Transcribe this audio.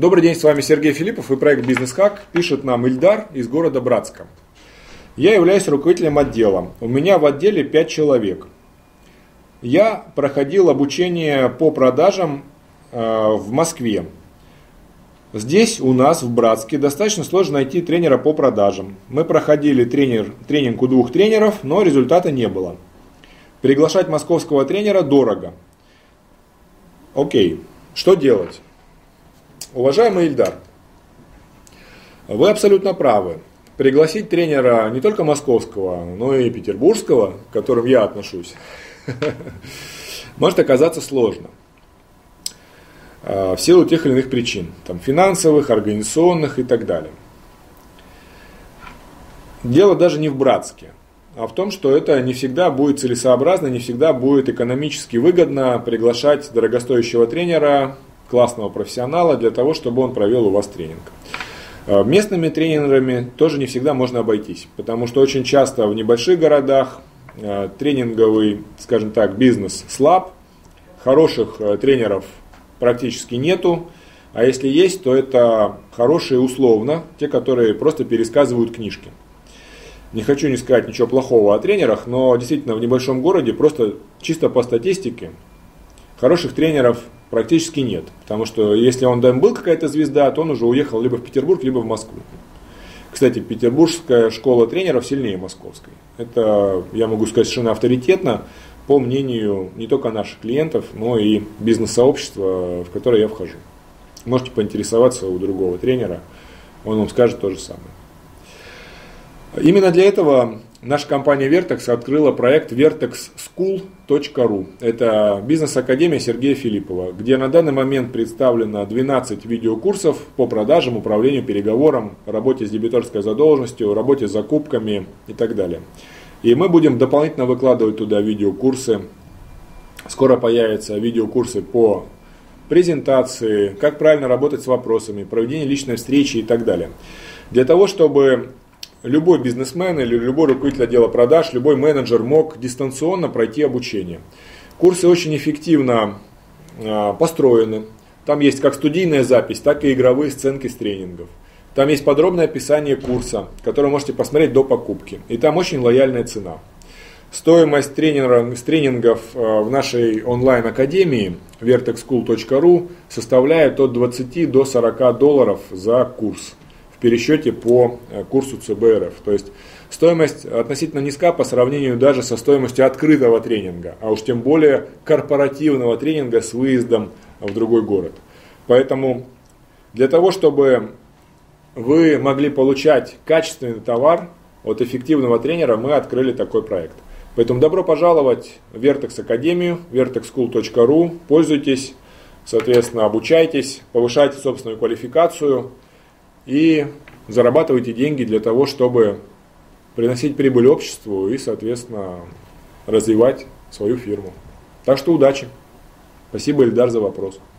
Добрый день, с вами Сергей Филиппов и проект «Бизнес-хак». Пишет нам Ильдар из города Братска. Я являюсь руководителем отдела. У меня в отделе 5 человек. Я проходил обучение по продажам в Москве. Здесь у нас в Братске достаточно сложно найти тренера по продажам. Мы проходили тренинг у 2 тренеров, но результата не было. Приглашать московского тренера дорого. Окей, что делать? Уважаемый Ильдар, вы абсолютно правы. Пригласить тренера не только московского, но и петербургского, к которым я отношусь, может оказаться сложно. В силу тех или иных причин, там, финансовых, организационных и так далее. Дело даже не в Братске, а в том, что это не всегда будет целесообразно, не всегда будет экономически выгодно приглашать дорогостоящего тренера, классного профессионала, для того, чтобы он провел у вас тренинг. Местными тренерами тоже не всегда можно обойтись, потому что очень часто в небольших городах тренинговый, скажем так, бизнес слаб, хороших тренеров практически нету, а если есть, то это хорошие условно, те, которые просто пересказывают книжки. Не хочу не сказать ничего плохого о тренерах, но действительно в небольшом городе просто чисто по статистике хороших тренеров практически нет. Потому что если он там был какая-то звезда, то он уже уехал либо в Петербург, либо в Москву. Кстати, петербургская школа тренеров сильнее московской. Это, я могу сказать, совершенно авторитетно, по мнению не только наших клиентов, но и бизнес-сообщества, в которое я вхожу. Можете поинтересоваться у другого тренера, он вам скажет то же самое. Именно для этого наша компания Vertex открыла проект vertexschool.ru. Это бизнес-академия Сергея Филиппова, где на данный момент представлено 12 видеокурсов по продажам, управлению, переговорам, работе с дебиторской задолженностью, работе с закупками и так далее. И мы будем дополнительно выкладывать туда видеокурсы. Скоро появятся видеокурсы по презентации, как правильно работать с вопросами, проведение личной встречи и так далее. Для того, чтобы любой бизнесмен или любой руководитель отдела продаж, любой менеджер мог дистанционно пройти обучение. Курсы очень эффективно построены. Там есть как студийная запись, так и игровые сценки с тренингов. Там есть подробное описание курса, которое можете посмотреть до покупки. И там очень лояльная цена. Стоимость тренингов в нашей онлайн-академии vertexschool.ru составляет от 20 до 40 долларов за курс в пересчете по курсу ЦБ РФ. То есть стоимость относительно низка по сравнению даже со стоимостью открытого тренинга, а уж тем более корпоративного тренинга с выездом в другой город. Поэтому для того, чтобы вы могли получать качественный товар от эффективного тренера, мы открыли такой проект. Поэтому добро пожаловать в Vertex Академию, vertexschool.ru, пользуйтесь, соответственно, обучайтесь, повышайте собственную квалификацию и зарабатывайте деньги для того, чтобы приносить прибыль обществу и, соответственно, развивать свою фирму. Так что удачи. Спасибо, Ильдар, за вопрос.